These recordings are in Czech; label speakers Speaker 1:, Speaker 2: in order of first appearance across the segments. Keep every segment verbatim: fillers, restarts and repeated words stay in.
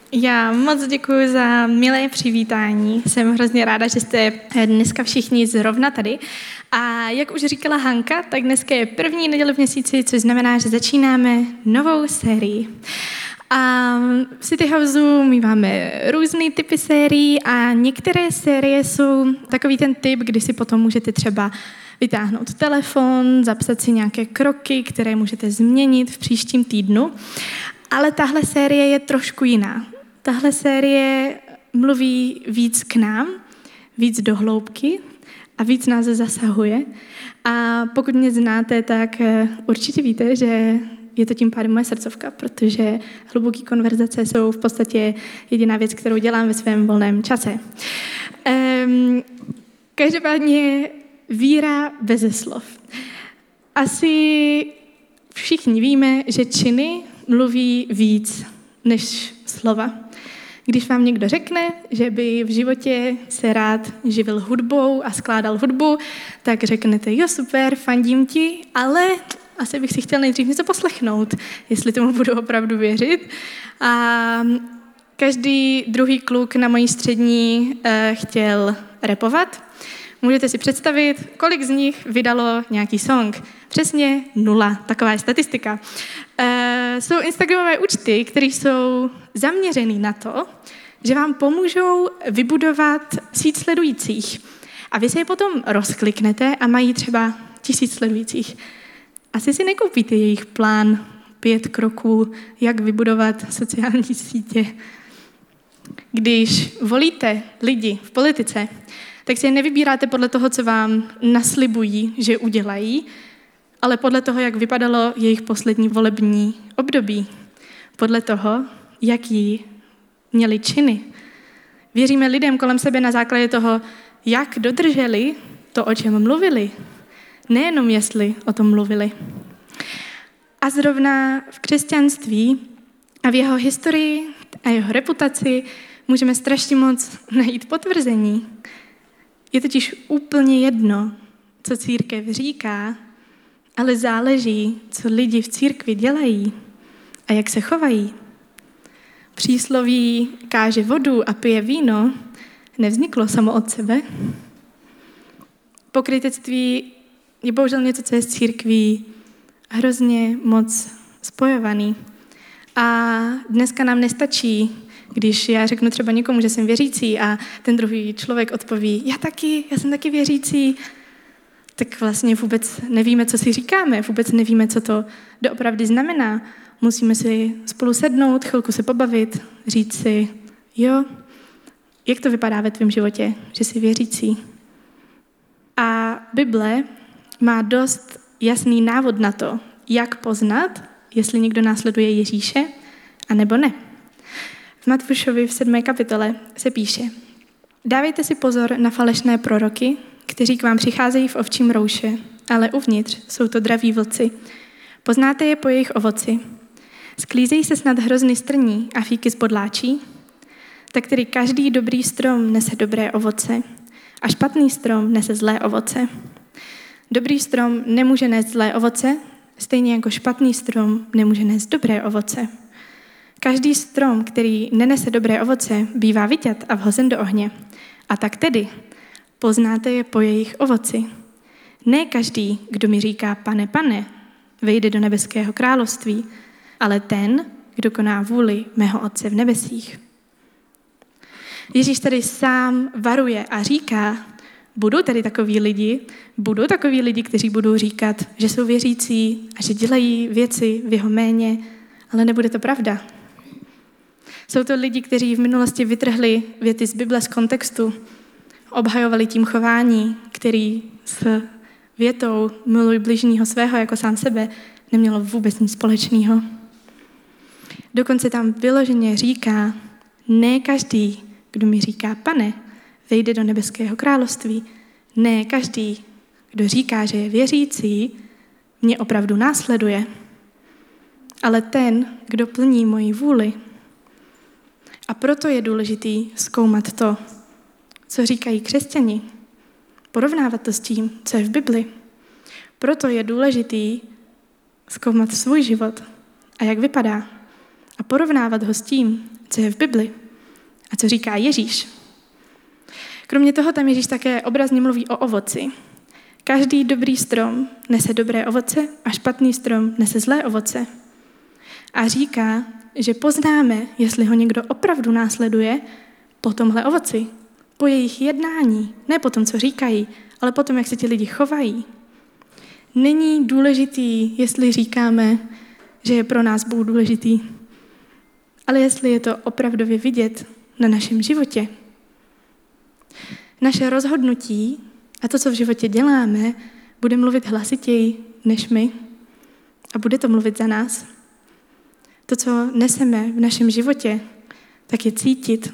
Speaker 1: Já moc děkuji za milé přivítání. Jsem hrozně ráda, že jste dneska všichni zrovna tady. A jak už říkala Hanka, tak dneska je první neděle v měsíci, což znamená, že začínáme novou sérii. A v City Houseu my máme různé typy sérií a některé série jsou takový ten typ, kdy si potom můžete třeba vytáhnout telefon, zapsat si nějaké kroky, které můžete změnit v příštím týdnu. Ale tahle série je trošku jiná. Tahle série mluví víc k nám, víc do hloubky a víc nás zasahuje. A pokud mě znáte, tak určitě víte, že je to tím pádem moje srdcovka, protože hluboké konverzace jsou v podstatě jediná věc, kterou dělám ve svém volném čase. Um, každopádně víra beze slov. Asi všichni víme, že činy mluví víc než slova. Když vám někdo řekne, že by v životě se rád živil hudbou a skládal hudbu, tak řeknete, jo super, fandím ti, ale asi bych si chtěl nejdřív něco poslechnout, jestli tomu budu opravdu věřit. A každý druhý kluk na mojí střední uh, chtěl rapovat. Můžete si představit, kolik z nich vydalo nějaký song. Přesně nula, taková je statistika. E, jsou instagramové účty, které jsou zaměřený na to, že vám pomůžou vybudovat síť sledujících. A vy si je potom rozkliknete a mají třeba tisíc sledujících. Asi si nekoupíte jejich plán pět kroků, jak vybudovat sociální sítě. Když volíte lidi v politice, tak si je nevybíráte podle toho, co vám naslibují, že udělají, ale podle toho, jak vypadalo jejich poslední volební období. Podle toho, jaký měli činy. Věříme lidem kolem sebe na základě toho, jak dodrželi to, o čem mluvili. Nejenom jestli o tom mluvili. A zrovna v křesťanství a v jeho historii a jeho reputaci můžeme strašně moc najít potvrzení. Je totiž úplně jedno, co církev říká, ale záleží, co lidi v církvi dělají a jak se chovají. Přísloví káže vodu a pije víno nevzniklo samo od sebe. Pokrytectví je bohužel něco, co je s církví hrozně moc spojovaný. A dneska nám nestačí, když já řeknu třeba někomu, že jsem věřící a ten druhý člověk odpoví, já taky, já jsem taky věřící, tak vlastně vůbec nevíme, co si říkáme, vůbec nevíme, co to doopravdy znamená. Musíme si spolu sednout, chvilku se pobavit, říct si, jo, jak to vypadá ve tvém životě, že jsi věřící. A Bible má dost jasný návod na to, jak poznat, jestli někdo následuje Ježíše, anebo ne. V Matoušovi v sedmé kapitole se píše, dávejte si pozor na falešné proroky, kteří k vám přicházejí v ovčím rouše, ale uvnitř jsou to draví vlci. Poznáte je po jejich ovoci. Sklízejí se snad hrozny strní a fíky z bodláčí? Tak tedy každý dobrý strom nese dobré ovoce a špatný strom nese zlé ovoce. Dobrý strom nemůže nést zlé ovoce, stejně jako špatný strom nemůže nést dobré ovoce. Každý strom, který nenese dobré ovoce, bývá vyťat a vhozen do ohně. A tak tedy poznáte je po jejich ovoci. Ne každý, kdo mi říká pane, pane, vejde do nebeského království, ale ten, kdo koná vůli mého Otce v nebesích. Ježíš tady sám varuje a říká, budou tady takoví lidi, budou takoví lidi, kteří budou říkat, že jsou věřící a že dělají věci v jeho jméně, ale nebude to pravda. Jsou to lidi, kteří v minulosti vytrhli věty z Bible z kontextu, obhajovali tím chování, který s větou miluj bližního svého jako sám sebe nemělo vůbec nic společného. Dokonce tam vyloženě říká, ne každý, kdo mi říká pane, vejde do nebeského království. Ne každý, kdo říká, že je věřící, mě opravdu následuje, ale ten, kdo plní moji vůli. A proto je důležitý zkoumat to, co říkají křesťani, porovnávat to s tím, co je v Bibli. Proto je důležitý zkoumat svůj život a jak vypadá a porovnávat ho s tím, co je v Bibli a co říká Ježíš. Kromě toho tam Ježíš také obrazně mluví o ovoci. Každý dobrý strom nese dobré ovoce a špatný strom nese zlé ovoce. A říká, že poznáme, jestli ho někdo opravdu následuje, po tomhle ovoci, po jejich jednání, ne po tom, co říkají, ale po tom, jak se ti lidi chovají. Není důležitý, jestli říkáme, že je pro nás Bůh důležitý, ale jestli je to opravdově vidět na našem životě. Naše rozhodnutí a to, co v životě děláme, bude mluvit hlasitěji než my a bude to mluvit za nás. To, co neseme v našem životě, tak je cítit.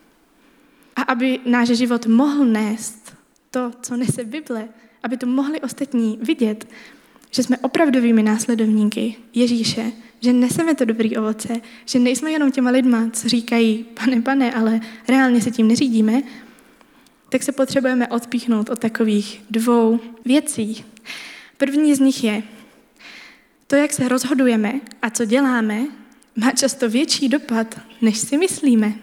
Speaker 1: A aby náš život mohl nést to, co nese Bible, aby to mohli ostatní vidět, že jsme opravdovými následovníky Ježíše, že neseme to dobrý ovoce, že nejsme jenom těma lidma, co říkají pane, pane, ale reálně se tím neřídíme, tak se potřebujeme odpíchnout od takových dvou věcí. První z nich je, to, jak se rozhodujeme a co děláme, má často větší dopad, než si myslíme.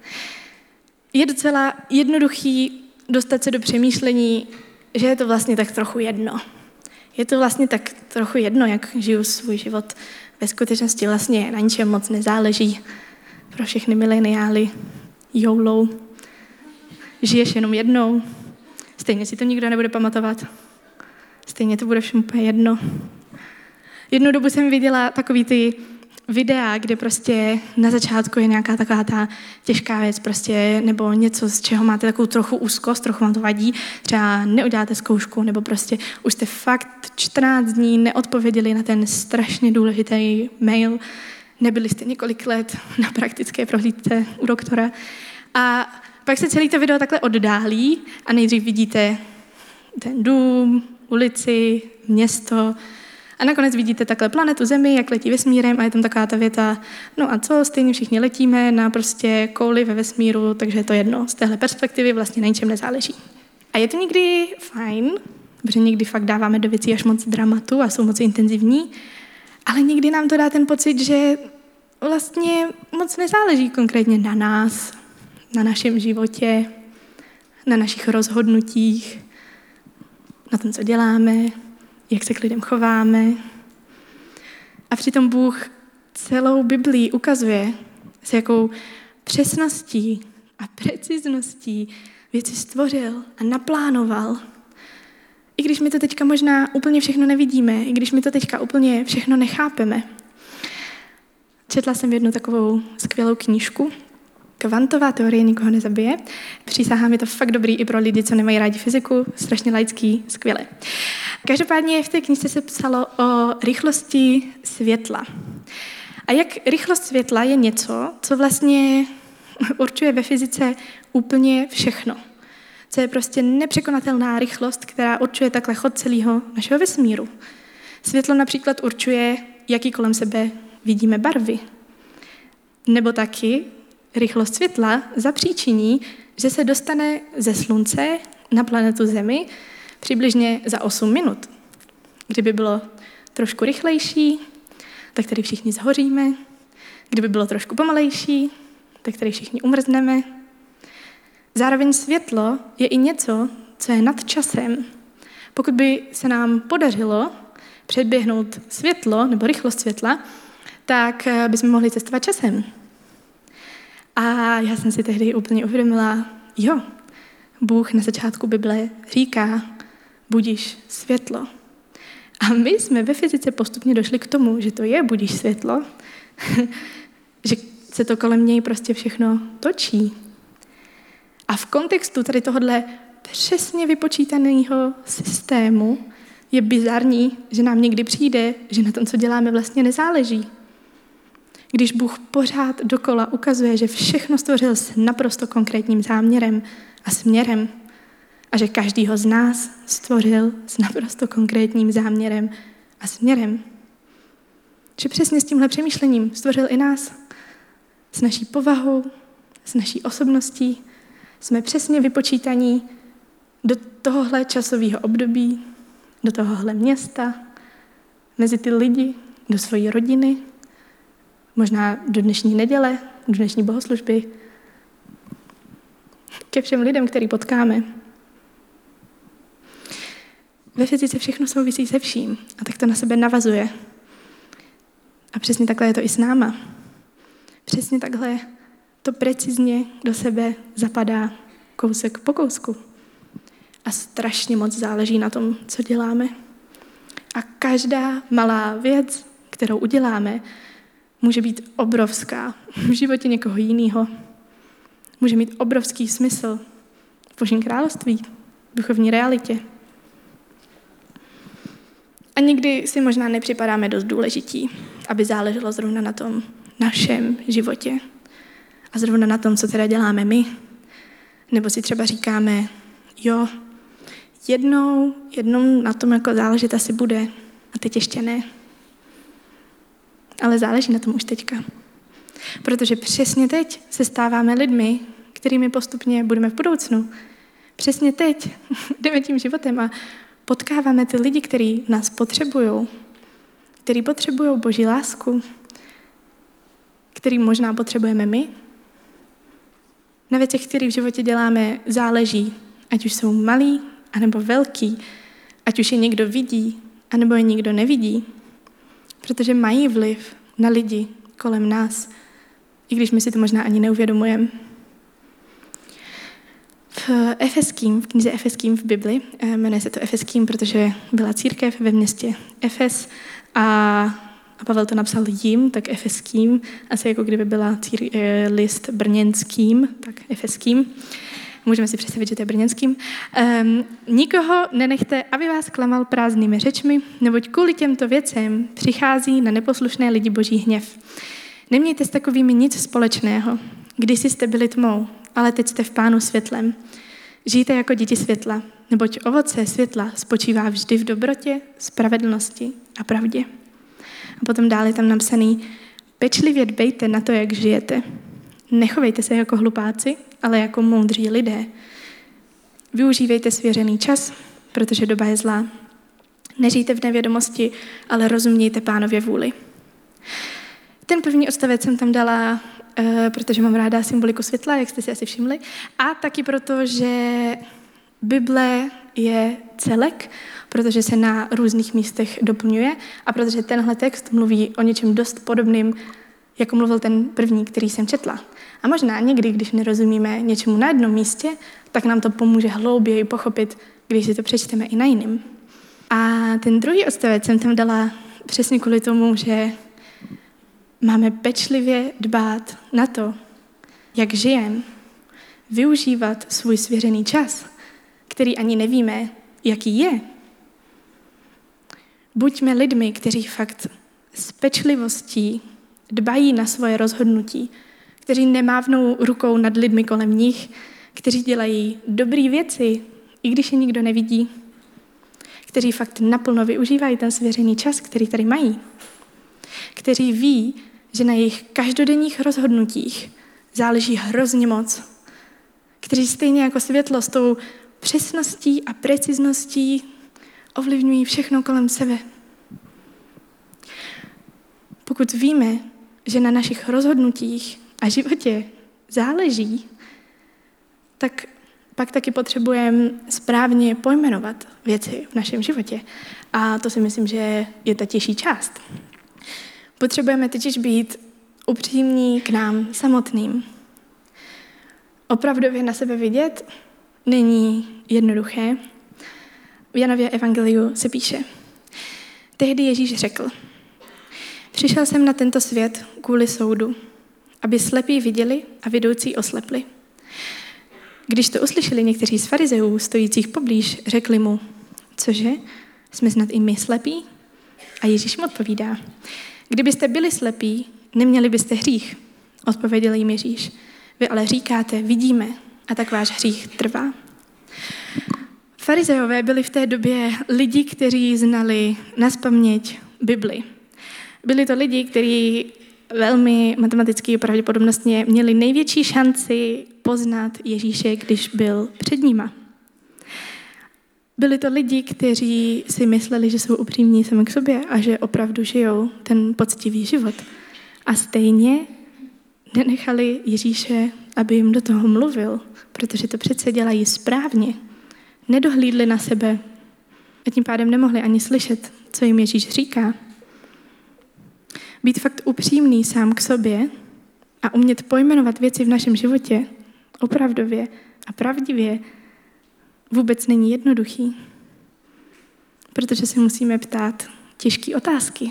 Speaker 1: Je docela jednoduchý dostat se do přemýšlení, že je to vlastně tak trochu jedno. Je to vlastně tak trochu jedno, jak žiju svůj život. Ve skutečnosti vlastně na ničem moc nezáleží. Pro všechny mileniály, YOLO. Žiješ jenom jednou. Stejně si to nikdo nebude pamatovat. Stejně to bude všem úplně jedno. Jednu dobu jsem viděla takový ty videa, kde prostě na začátku je nějaká taková ta těžká věc, prostě, nebo něco, z čeho máte takovou trochu úzkost, trochu vám to vadí, třeba neuděláte zkoušku, nebo prostě už jste fakt čtrnáct dní neodpověděli na ten strašně důležitý mail, nebyli jste několik let na praktické prohlídce u doktora a pak se celý to video takhle oddálí a nejdřív vidíte ten dům, ulici, město, a nakonec vidíte takhle planetu Zemi, jak letí vesmírem a je tam taková ta věta, no a co, stejně všichni letíme na prostě kouli ve vesmíru, takže je to jedno. Z téhle perspektivy vlastně na ničem nezáleží. A je to někdy fajn, protože někdy fakt dáváme do věcí až moc dramatu a jsou moc intenzivní, ale někdy nám to dá ten pocit, že vlastně moc nezáleží konkrétně na nás, na našem životě, na našich rozhodnutích, na tom, co děláme, jak se k lidem chováme. A přitom Bůh celou Biblii ukazuje, s jakou přesností a precizností věci stvořil a naplánoval. I když my to teďka možná úplně všechno nevidíme, i když my to teďka úplně všechno nechápeme. Četla jsem jednu takovou skvělou knížku, Kvantová teorie nikoho nezabije. Přísahám, je to fakt dobrý i pro lidi, co nemají rádi fyziku, strašně laický, skvěle. Každopádně v té knížce se psalo o rychlosti světla. A jak rychlost světla je něco, co vlastně určuje ve fyzice úplně všechno. Co je prostě nepřekonatelná rychlost, která určuje takhle chod celého našeho vesmíru. Světlo například určuje, jaký kolem sebe vidíme barvy. Nebo taky rychlost světla zapříčiní, že se dostane ze slunce na planetu Zemi přibližně za osm minut. Kdyby bylo trošku rychlejší, tak tady všichni zhoříme. Kdyby bylo trošku pomalejší, tak tady všichni umrzneme. Zároveň světlo je i něco, co je nad časem. Pokud by se nám podařilo předběhnout světlo nebo rychlost světla, tak bychom mohli cestovat časem. A já jsem si tehdy úplně uvědomila, jo, Bůh na začátku Bible říká, budiš světlo. A my jsme ve fyzice postupně došli k tomu, že to je budiš světlo, že se to kolem něj prostě všechno točí. A v kontextu tady tohohle přesně vypočítaného systému je bizarní, že nám někdy přijde, že na tom, co děláme, vlastně nezáleží. Když Bůh pořád dokola ukazuje, že všechno stvořil s naprosto konkrétním záměrem a směrem a že každýho z nás stvořil s naprosto konkrétním záměrem a směrem. Že přesně s tímhle přemýšlením stvořil i nás. S naší povahou, s naší osobností. Jsme přesně vypočítaní do tohohle časového období, do tohohle města, mezi ty lidi, do své rodiny, možná do dnešní neděle, do dnešní bohoslužby, ke všem lidem, který potkáme. Ve fyzice všechno souvisí se vším a tak to na sebe navazuje. A přesně takhle je to i s náma. Přesně takhle to precizně do sebe zapadá kousek po kousku. A strašně moc záleží na tom, co děláme. A každá malá věc, kterou uděláme, může být obrovská v životě někoho jiného. Může mít obrovský smysl v Božím království, v duchovní realitě. A nikdy si možná nepřipadáme dost důležití, aby záleželo zrovna na tom našem životě. A zrovna na tom, co teda děláme my. Nebo si třeba říkáme, jo, jednou, jednou na tom jako záležet asi bude, a teď ještě ne. Ale záleží na tom už teďka. Protože přesně teď se stáváme lidmi, kterými postupně budeme v budoucnu. Přesně teď jdeme tím životem a potkáváme ty lidi, kteří nás potřebují, kteří potřebují Boží lásku, který možná potřebujeme my. Na věcech, které v životě děláme, záleží, ať už jsou malí, anebo velký, ať už je někdo vidí, anebo je nikdo nevidí, protože mají vliv na lidi kolem nás, i když my si to možná ani neuvědomujeme. V Efeským, v knize Efeským v Bibli, jmenuje se to Efeským, protože byla církev ve městě Efes a, a Pavel to napsal jim, tak Efeským, asi jako kdyby byla cír, list brněnským, tak Efeským. Můžeme si představit, že to je brněnským. Um, nikoho nenechte, aby vás klamal prázdnými řečmi, neboť kvůli těmto věcem přichází na neposlušné lidi Boží hněv. Nemějte s takovými nic společného. Kdysi jste byli tmou, ale teď jste v Pánu světlem. Žijte jako děti světla, neboť ovoce světla spočívá vždy v dobrotě, spravedlnosti a pravdě. A potom dále je tam napsaný, pečlivě dbejte na to, jak žijete. Nechovejte se jako hlupáci, ale jako moudří lidé. Využívejte svěřený čas, protože doba je zlá. Nežijte v nevědomosti, ale rozumějte Pánově vůli. Ten první odstavec jsem tam dala, uh, protože mám ráda symboliku světla, jak jste si asi všimli, a taky proto, že Bible je celek, protože se na různých místech doplňuje a protože tenhle text mluví o něčem dost podobným, jako mluvil ten první, který jsem četla. A možná někdy, když nerozumíme něčemu na jednom místě, tak nám to pomůže hlouběji pochopit, když si to přečteme i na jiném. A ten druhý odstavec jsem tam dala přesně kvůli tomu, že máme pečlivě dbát na to, jak žijeme, využívat svůj svěřený čas, který ani nevíme, jaký je. Buďme lidmi, kteří fakt s pečlivostí dbají na svoje rozhodnutí, kteří nemávnou rukou nad lidmi kolem nich, kteří dělají dobré věci, i když je nikdo nevidí, kteří fakt naplno využívají ten svěřený čas, který tady mají, kteří ví, že na jejich každodenních rozhodnutích záleží hrozně moc, kteří stejně jako světlo s tou přesností a precizností ovlivňují všechno kolem sebe. Pokud víme, že na našich rozhodnutích a životě záleží, tak pak taky potřebujeme správně pojmenovat věci v našem životě. A to si myslím, že je ta těžší část. Potřebujeme totiž být upřímní k nám samotným. Opravdově na sebe vidět není jednoduché. V Janově evangeliu se píše, tehdy Ježíš řekl, přišel jsem na tento svět kvůli soudu, aby slepí viděli a vidoucí oslepli. Když to uslyšeli někteří z farizeů stojících poblíž, řekli mu, cože, jsme snad i my slepí? A Ježíš mu odpovídá, kdybyste byli slepí, neměli byste hřích, odpověděl jim Ježíš. Vy ale říkáte, vidíme, a tak váš hřích trvá. Farizeové byli v té době lidi, kteří znali nazpaměť Bibli. Byli to lidi, kteří velmi matematicky pravděpodobnostně měli největší šanci poznat Ježíše, když byl před nima. Byli to lidi, kteří si mysleli, že jsou upřímní sami k sobě a že opravdu žijou ten poctivý život. A stejně nenechali Ježíše, aby jim do toho mluvil, protože to přece dělají správně. Nedohlídli na sebe a tím pádem nemohli ani slyšet, co jim Ježíš říká. Být fakt upřímný sám k sobě a umět pojmenovat věci v našem životě opravdově a pravdivě vůbec není jednoduchý, protože si musíme ptát těžké otázky.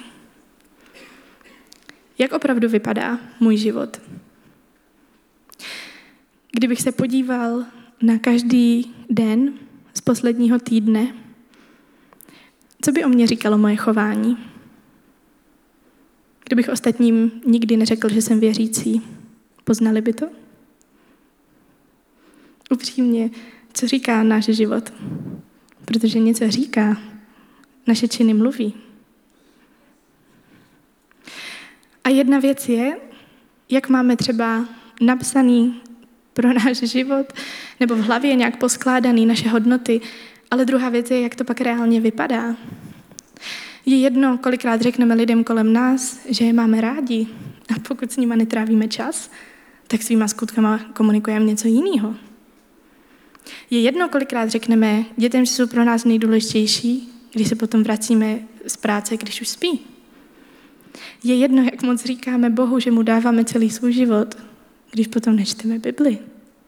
Speaker 1: Jak opravdu vypadá můj život? Kdybych se podíval na každý den z posledního týdne, co by o mě říkalo moje chování? Kdybych ostatním nikdy neřekl, že jsem věřící, poznali by to? Upřímně, co říká náš život? Protože něco říká, naše činy mluví. A jedna věc je, jak máme třeba napsaný pro náš život, nebo v hlavě nějak poskládaný naše hodnoty, ale druhá věc je, jak to pak reálně vypadá. Je jedno, kolikrát řekneme lidem kolem nás, že je máme rádi, a pokud s nima netrávíme čas, tak svýma skutkama komunikujeme něco jiného. Je jedno, kolikrát řekneme dětem, že jsou pro nás nejdůležitější, když se potom vracíme z práce, když už spí. Je jedno, jak moc říkáme Bohu, že mu dáváme celý svůj život, když potom nečteme Bibli.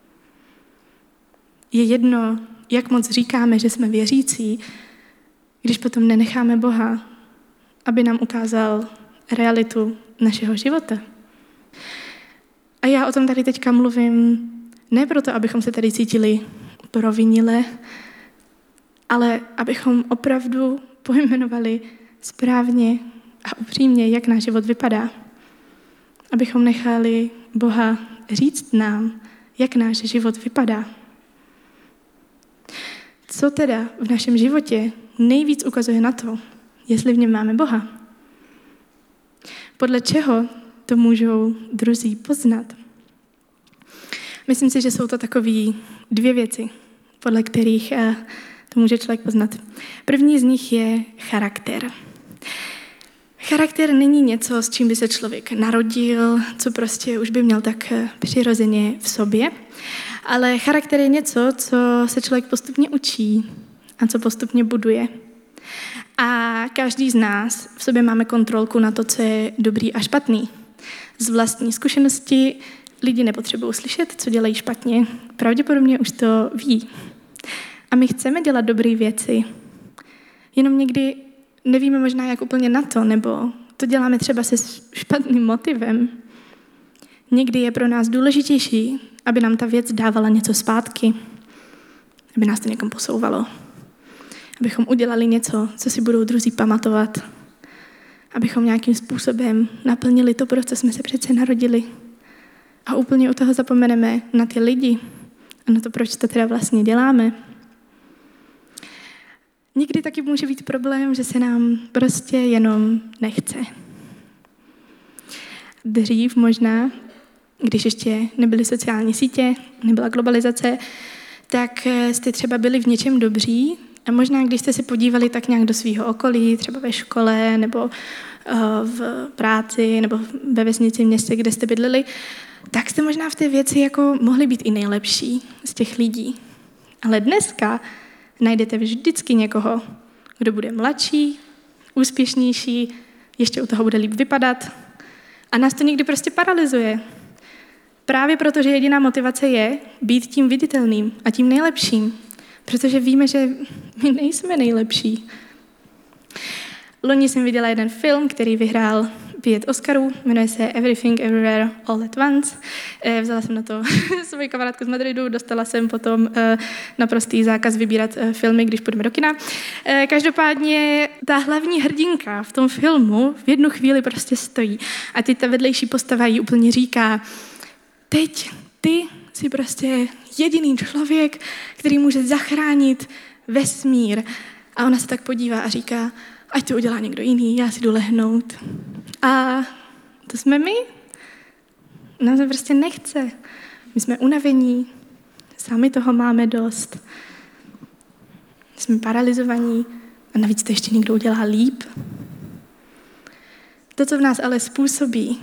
Speaker 1: Je jedno, jak moc říkáme, že jsme věřící, když potom nenecháme Boha, aby nám ukázal realitu našeho života. A já o tom tady teďka mluvím ne proto, abychom se tady cítili provinile, ale abychom opravdu pojmenovali správně a upřímně, jak náš život vypadá. Abychom nechali Boha říct nám, jak náš život vypadá. Co teda v našem životě nejvíc ukazuje na to, jestli v něm máme Boha? Podle čeho to můžou druzí poznat? Myslím si, že jsou to takové dvě věci, podle kterých to může člověk poznat. První z nich je charakter. Charakter není něco, s čím by se člověk narodil, co prostě už by měl tak přirozeně v sobě, ale charakter je něco, co se člověk postupně učí a co postupně buduje. A každý z nás v sobě máme kontrolku na to, co je dobrý a špatný. Z vlastní zkušenosti lidi nepotřebují slyšet, co dělají špatně. Pravděpodobně už to ví. A my chceme dělat dobré věci, jenom někdy nevíme možná, jak úplně na to, nebo to děláme třeba se špatným motivem. Někdy je pro nás důležitější, aby nám ta věc dávala něco zpátky, aby nás to někam posouvalo, abychom udělali něco, co si budou druzí pamatovat, abychom nějakým způsobem naplnili to, pro co jsme se přece narodili. A úplně u toho zapomeneme na ty lidi a na to, proč to teda vlastně děláme. Někdy taky může být problém, že se nám prostě jenom nechce. Dřív možná, když ještě nebyly sociální sítě, nebyla globalizace, tak jste třeba byli v něčem dobří a možná, když jste se podívali tak nějak do svého okolí, třeba ve škole nebo v práci nebo ve vesnici, v městě, kde jste bydleli, tak jste možná v té věci jako mohli být i nejlepší z těch lidí. Ale dneska najdete vždycky někoho, kdo bude mladší, úspěšnější, ještě u toho bude líp vypadat a nás to někdy prostě paralyzuje. Právě proto, že jediná motivace je být tím viditelným a tím nejlepším, protože víme, že my nejsme nejlepší. Loni jsem viděla jeden film, který vyhrál pět Oscarů, jmenuje se Everything Everywhere All at Once. Vzala jsem na to svoji kamarádku z Madridu, dostala jsem potom naprostý zákaz vybírat filmy, když půjdeme do kina. Každopádně ta hlavní hrdinka v tom filmu v jednu chvíli prostě stojí a teď ta vedlejší postava jí úplně říká: teď ty jsi prostě jediný člověk, který může zachránit vesmír. A ona se tak podívá a říká: ať to udělá někdo jiný, já si jdu lehnout. A to jsme my. Nám se prostě nechce. My jsme unavení, sami toho máme dost. Jsme paralizovaní a navíc to ještě někdo udělá líp. To, co v nás ale způsobí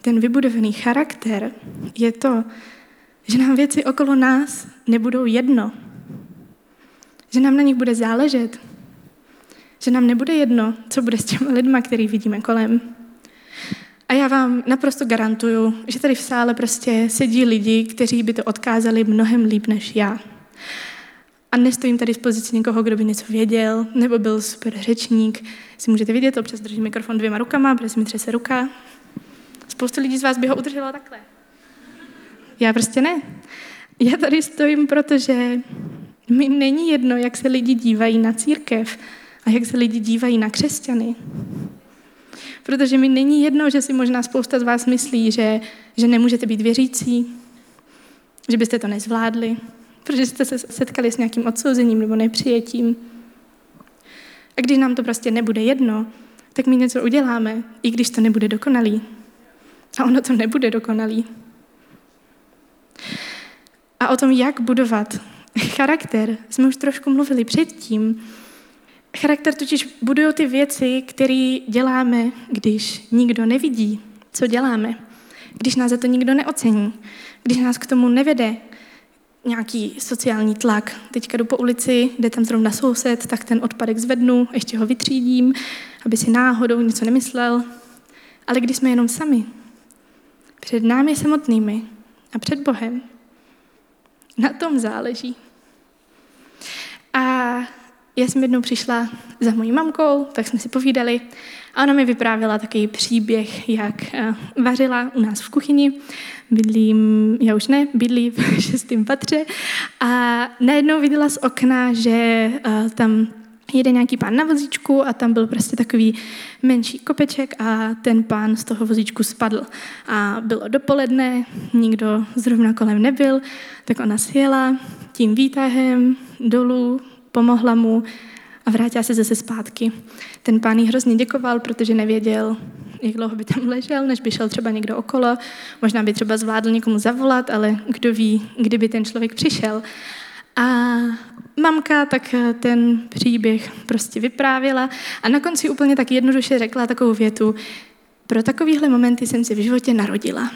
Speaker 1: ten vybudovaný charakter je to, že nám věci okolo nás nebudou jedno. Že nám na nich bude záležet. Že nám nebude jedno, co bude s těma lidma, který vidíme kolem. A já vám naprosto garantuju, že tady v sále prostě sedí lidi, kteří by to odkázali mnohem líp než já. A nestojím tady v pozici někoho, kdo by něco věděl, nebo byl super řečník. Si můžete vidět, občas držím mikrofon dvěma rukama, protože se mi třese ruka. Spoustu lidí z vás by ho udrželo takhle. Já prostě ne. Já tady stojím, protože mi není jedno, jak se lidi dívají na církev a jak se lidi dívají na křesťany. Protože mi není jedno, že si možná spousta z vás myslí, že, že nemůžete být věřící, že byste to nezvládli, protože jste se setkali s nějakým odsouzením nebo nepřijetím. A když nám to prostě nebude jedno, tak my něco uděláme, i když to nebude dokonalý. A ono to nebude dokonalý. A o tom, jak budovat charakter, jsme už trošku mluvili předtím. Charakter totiž budují ty věci, které děláme, když nikdo nevidí, co děláme. Když nás za to nikdo neocení. Když nás k tomu nevede nějaký sociální tlak. Teďka jdu po ulici, jde tam zrovna soused, tak ten odpadek zvednu, ještě ho vytřídím, aby si náhodou něco nemyslel. Ale když jsme jenom sami, před námi samotnými a před Bohem, na tom záleží. A já jsem jednou přišla za mojí mamkou, tak jsme si povídali a ona mi vyprávěla takový příběh, jak vařila u nás v kuchyni. Bydlím, já už ne, bydlí v šestém patře a najednou viděla z okna, že tam jede nějaký pán na vozíčku a tam byl prostě takový menší kopeček a ten pán z toho vozíčku spadl. A bylo dopoledne, nikdo zrovna kolem nebyl, tak ona sjela tím výtahem dolů, pomohla mu a vrátila se zase zpátky. Ten pán jí hrozně děkoval, protože nevěděl, jak dlouho by tam ležel, než by šel třeba někdo okolo. Možná by třeba zvládl někomu zavolat, ale kdo ví, kdyby ten člověk přišel. A mamka tak ten příběh prostě vyprávěla a na konci úplně tak jednoduše řekla takovou větu: pro takovýhle momenty jsem se v životě narodila.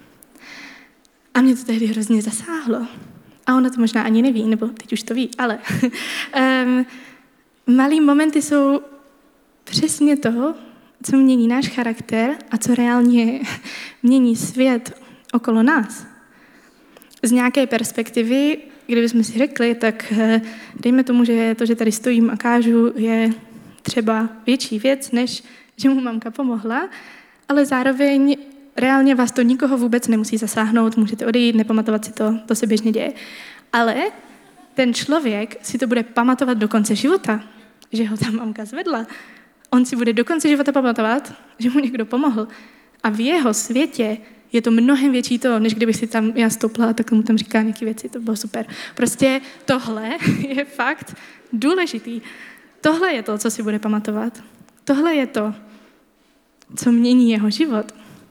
Speaker 1: A mě to tehdy hrozně zasáhlo. A ona to možná ani neví, nebo teď už to ví, ale um, malý momenty jsou přesně toho, co mění náš charakter a co reálně mění svět okolo nás. Z nějaké perspektivy, kdybychom si řekli, tak dejme tomu, že to, že tady stojím a kážu, je třeba větší věc, než že mu mamka pomohla, ale zároveň reálně vás to nikoho vůbec nemusí zasáhnout, můžete odejít, nepamatovat si to, to se běžně děje. Ale ten člověk si to bude pamatovat do konce života, že ho ta mamka zvedla. On si bude do konce života pamatovat, že mu někdo pomohl. A v jeho světě je to mnohem větší to, než kdybych si tam já stoupla a tak mu tam říká nějaké věci, to bylo super. Prostě tohle je fakt důležitý. Tohle je to, co si bude pamatovat. Tohle je to, co mění jeho život.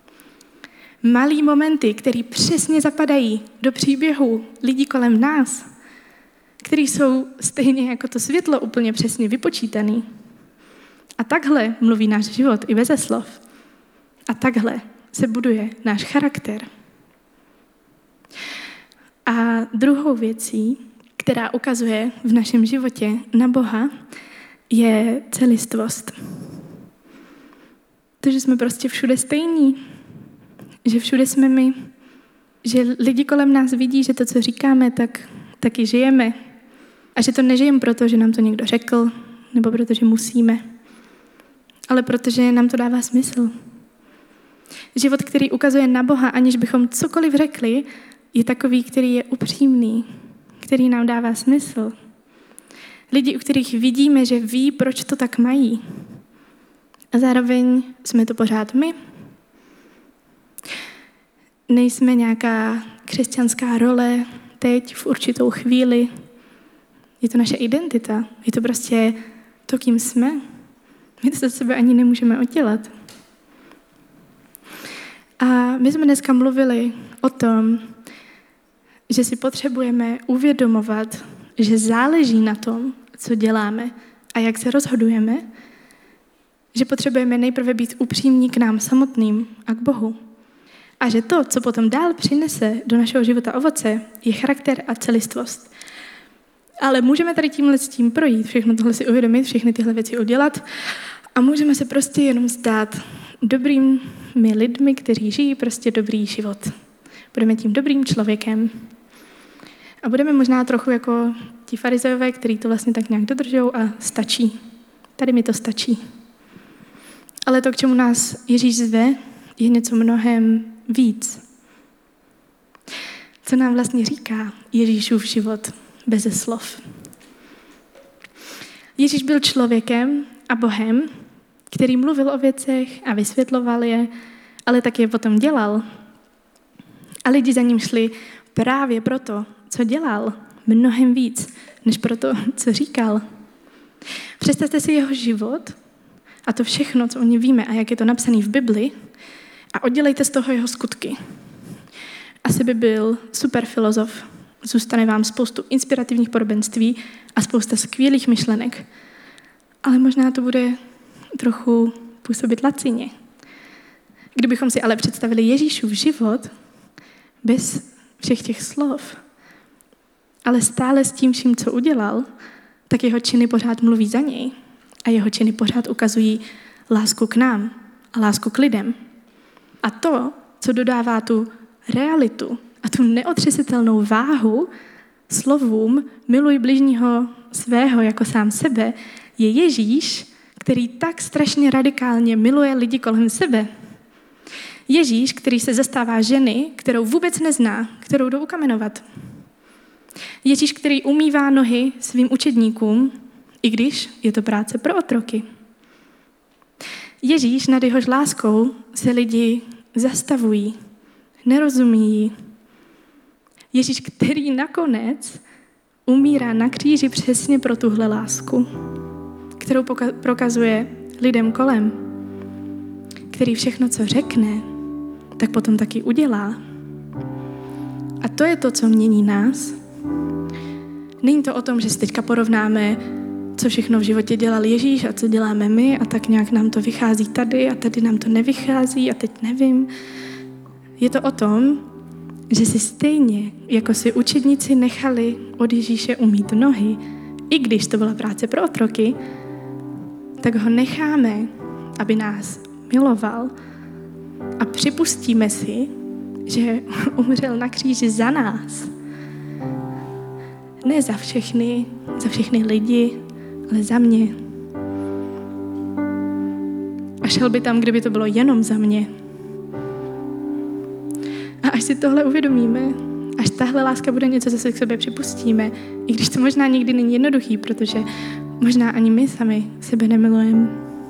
Speaker 1: Malý momenty, které přesně zapadají do příběhu lidí kolem nás, které jsou stejně jako to světlo úplně přesně vypočítaný. A takhle mluví náš život i beze slov. A takhle se buduje náš charakter. A druhou věcí, která ukazuje v našem životě na Boha, je celistvost. To, že jsme prostě všude stejní, že všude jsme my, že lidi kolem nás vidí, že to, co říkáme, tak taky žijeme. A že to nežijeme proto, že nám to někdo řekl, nebo protože musíme, ale protože nám to dává smysl. Život, který ukazuje na Boha, aniž bychom cokoliv řekli, je takový, který je upřímný, který nám dává smysl. Lidi, u kterých vidíme, že ví, proč to tak mají. A zároveň jsme to pořád my. Nejsme nějaká křesťanská role teď, v určitou chvíli. Je to naše identita. Je to prostě to, kým jsme. My to za sebe ani nemůžeme oddělat. A my jsme dneska mluvili o tom, že si potřebujeme uvědomovat, že záleží na tom, co děláme a jak se rozhodujeme, že potřebujeme nejprve být upřímní k nám samotným a k Bohu. A že to, co potom dál přinese do našeho života ovoce, je charakter a celistvost. Ale můžeme tady tímhle s tím projít, všechno tohle si uvědomit, všechny tyhle věci udělat a můžeme se prostě jenom stát dobrými lidmi, kteří žijí prostě dobrý život. Budeme tím dobrým člověkem. A budeme možná trochu jako ti farizejové, kteří to vlastně tak nějak dodržou a stačí. Tady mi to stačí. Ale to, k čemu nás Ježíš zve, je něco mnohem víc. Co nám vlastně říká Ježíšův život beze slov. Ježíš byl člověkem a Bohem, který mluvil o věcech a vysvětloval je, ale tak je potom dělal. A lidi za ním šli právě proto, co dělal, mnohem víc, než proto, co říkal. Představte si jeho život a to všechno, co o něm víme a jak je to napsané v Bibli a oddělejte z toho jeho skutky. Asi by byl super filozof. Zůstane vám spoustu inspirativních podobenství a spousta skvělých myšlenek. Ale možná to bude trochu působit lacině. Kdybychom si ale představili Ježíšův život bez všech těch slov, ale stále s tím vším, co udělal, tak jeho činy pořád mluví za něj a jeho činy pořád ukazují lásku k nám a lásku k lidem. A to, co dodává tu realitu a tu neotřesitelnou váhu slovům miluj bližního svého jako sám sebe, je Ježíš, který tak strašně radikálně miluje lidi kolem sebe. Ježíš, který se zastává ženy, kterou vůbec nezná, kterou jdou ukamenovat. Ježíš, který umývá nohy svým učedníkům, i když je to práce pro otroky. Ježíš, nad jehož láskou se lidi zastavují, nerozumí jí. Ježíš, který nakonec umírá na kříži přesně pro tuhle lásku, kterou poka- prokazuje lidem kolem, který všechno, co řekne, tak potom taky udělá. A to je to, co mění nás. Není to o tom, že si teďka porovnáme, co všechno v životě dělal Ježíš a co děláme my a tak nějak nám to vychází tady a tady nám to nevychází a teď nevím. Je to o tom, že si stejně, jako si učedníci nechali od Ježíše umýt nohy, i když to byla práce pro otroky, tak ho necháme, aby nás miloval a připustíme si, že umřel na kříži za nás. Ne za všechny, za všechny lidi, ale za mě. A šel by tam, kdyby to bylo jenom za mě. A až si tohle uvědomíme, až tahle láska bude něco, co si k sobě připustíme, i když to možná nikdy není jednoduchý, protože možná ani my sami sebe nemilujeme.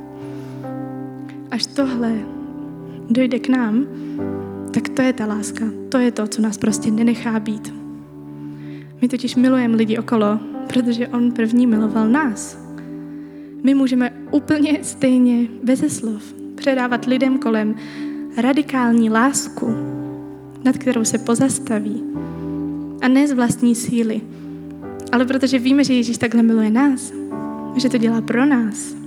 Speaker 1: Až tohle dojde k nám, tak to je ta láska. To je to, co nás prostě nenechá být. My totiž milujeme lidi okolo, protože on první miloval nás. My můžeme úplně stejně, beze slov, předávat lidem kolem radikální lásku, nad kterou se pozastaví. A ne z vlastní síly, ale protože víme, že Ježíš takhle miluje nás, že to dělá pro nás.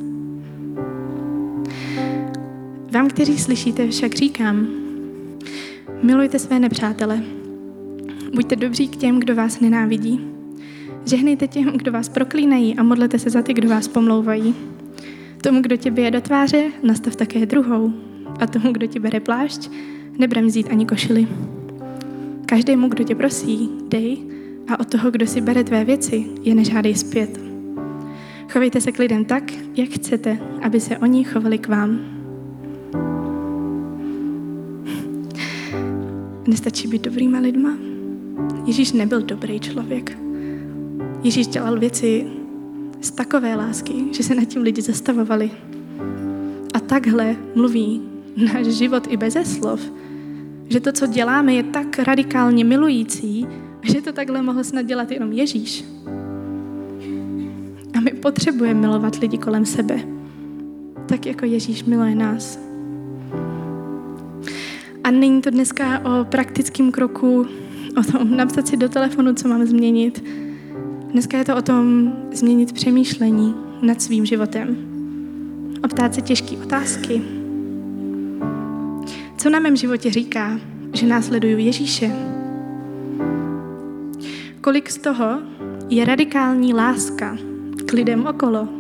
Speaker 1: Vám, kteří slyšíte, však říkám, milujte své nepřátele. Buďte dobří k těm, kdo vás nenávidí. Žehnejte těm, kdo vás proklínají a modlete se za ty, kdo vás pomlouvají. Tomu, kdo tě bije do tváře, nastav také druhou. A tomu, kdo ti bere plášť, nebrem vzít ani košili. Každému, kdo tě prosí, dej a od toho, kdo si bere tvé věci, je nežádej zpět. Chovejte se k lidem tak, jak chcete, aby se oni chovali k vám. Nestačí být dobrýma lidma? Ježíš nebyl dobrý člověk. Ježíš dělal věci z takové lásky, že se nad tím lidi zastavovali. A takhle mluví náš život i beze slov, že to, co děláme, je tak radikálně milující, že to takhle mohl snad dělat jenom Ježíš. A my potřebujeme milovat lidi kolem sebe, tak jako Ježíš miluje nás. A není to dneska o praktickém kroku, o tom napsat si do telefonu, co mám změnit. Dneska je to o tom změnit přemýšlení nad svým životem. A ptát se těžké otázky. Co na mém životě říká, že následuju Ježíše? Kolik z toho je radikální láska k lidem okolo?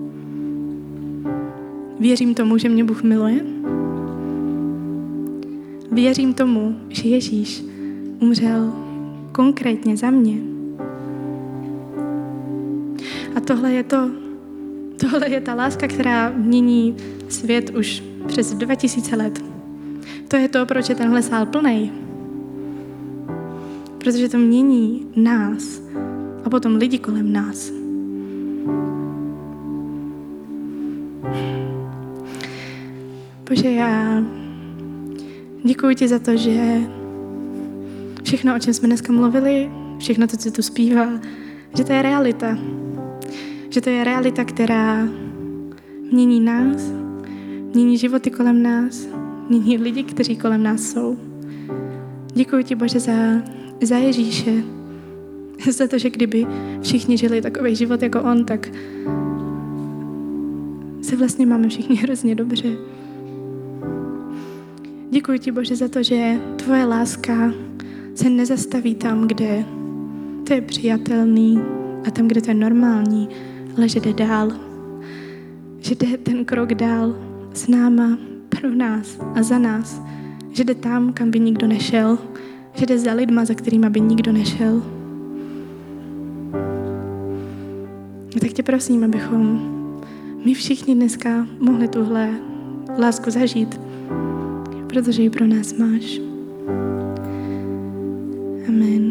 Speaker 1: Věřím tomu, že mě Bůh miluje? Věřím tomu, že Ježíš umřel konkrétně za mě. A tohle je to, tohle je ta láska, která mění svět už přes dva tisíce let. To je to, proč je tenhle sál plnej. Protože to mění nás a potom lidi kolem nás. Bože, já děkuji ti za to, že všechno, o čem jsme dneska mluvili, všechno to, co tu zpívá, že to je realita. Že to je realita, která mění nás, mění životy kolem nás, mění lidi, kteří kolem nás jsou. Děkuji ti, Bože, za, za Ježíše. Za to, že kdyby všichni žili takový život jako on, tak se vlastně máme všichni hrozně dobře. Děkuji ti, Bože, za to, že tvoje láska se nezastaví tam, kde to je přijatelný a tam, kde to je normální, ale že jde dál. Že jde ten krok dál s náma, pro nás a za nás. Že jde tam, kam by nikdo nešel. Že jde za lidma, za kterýma by nikdo nešel. A tak tě prosím, abychom my všichni dneska mohli tuhle lásku zažít, protože ji pro nás máš. Amen.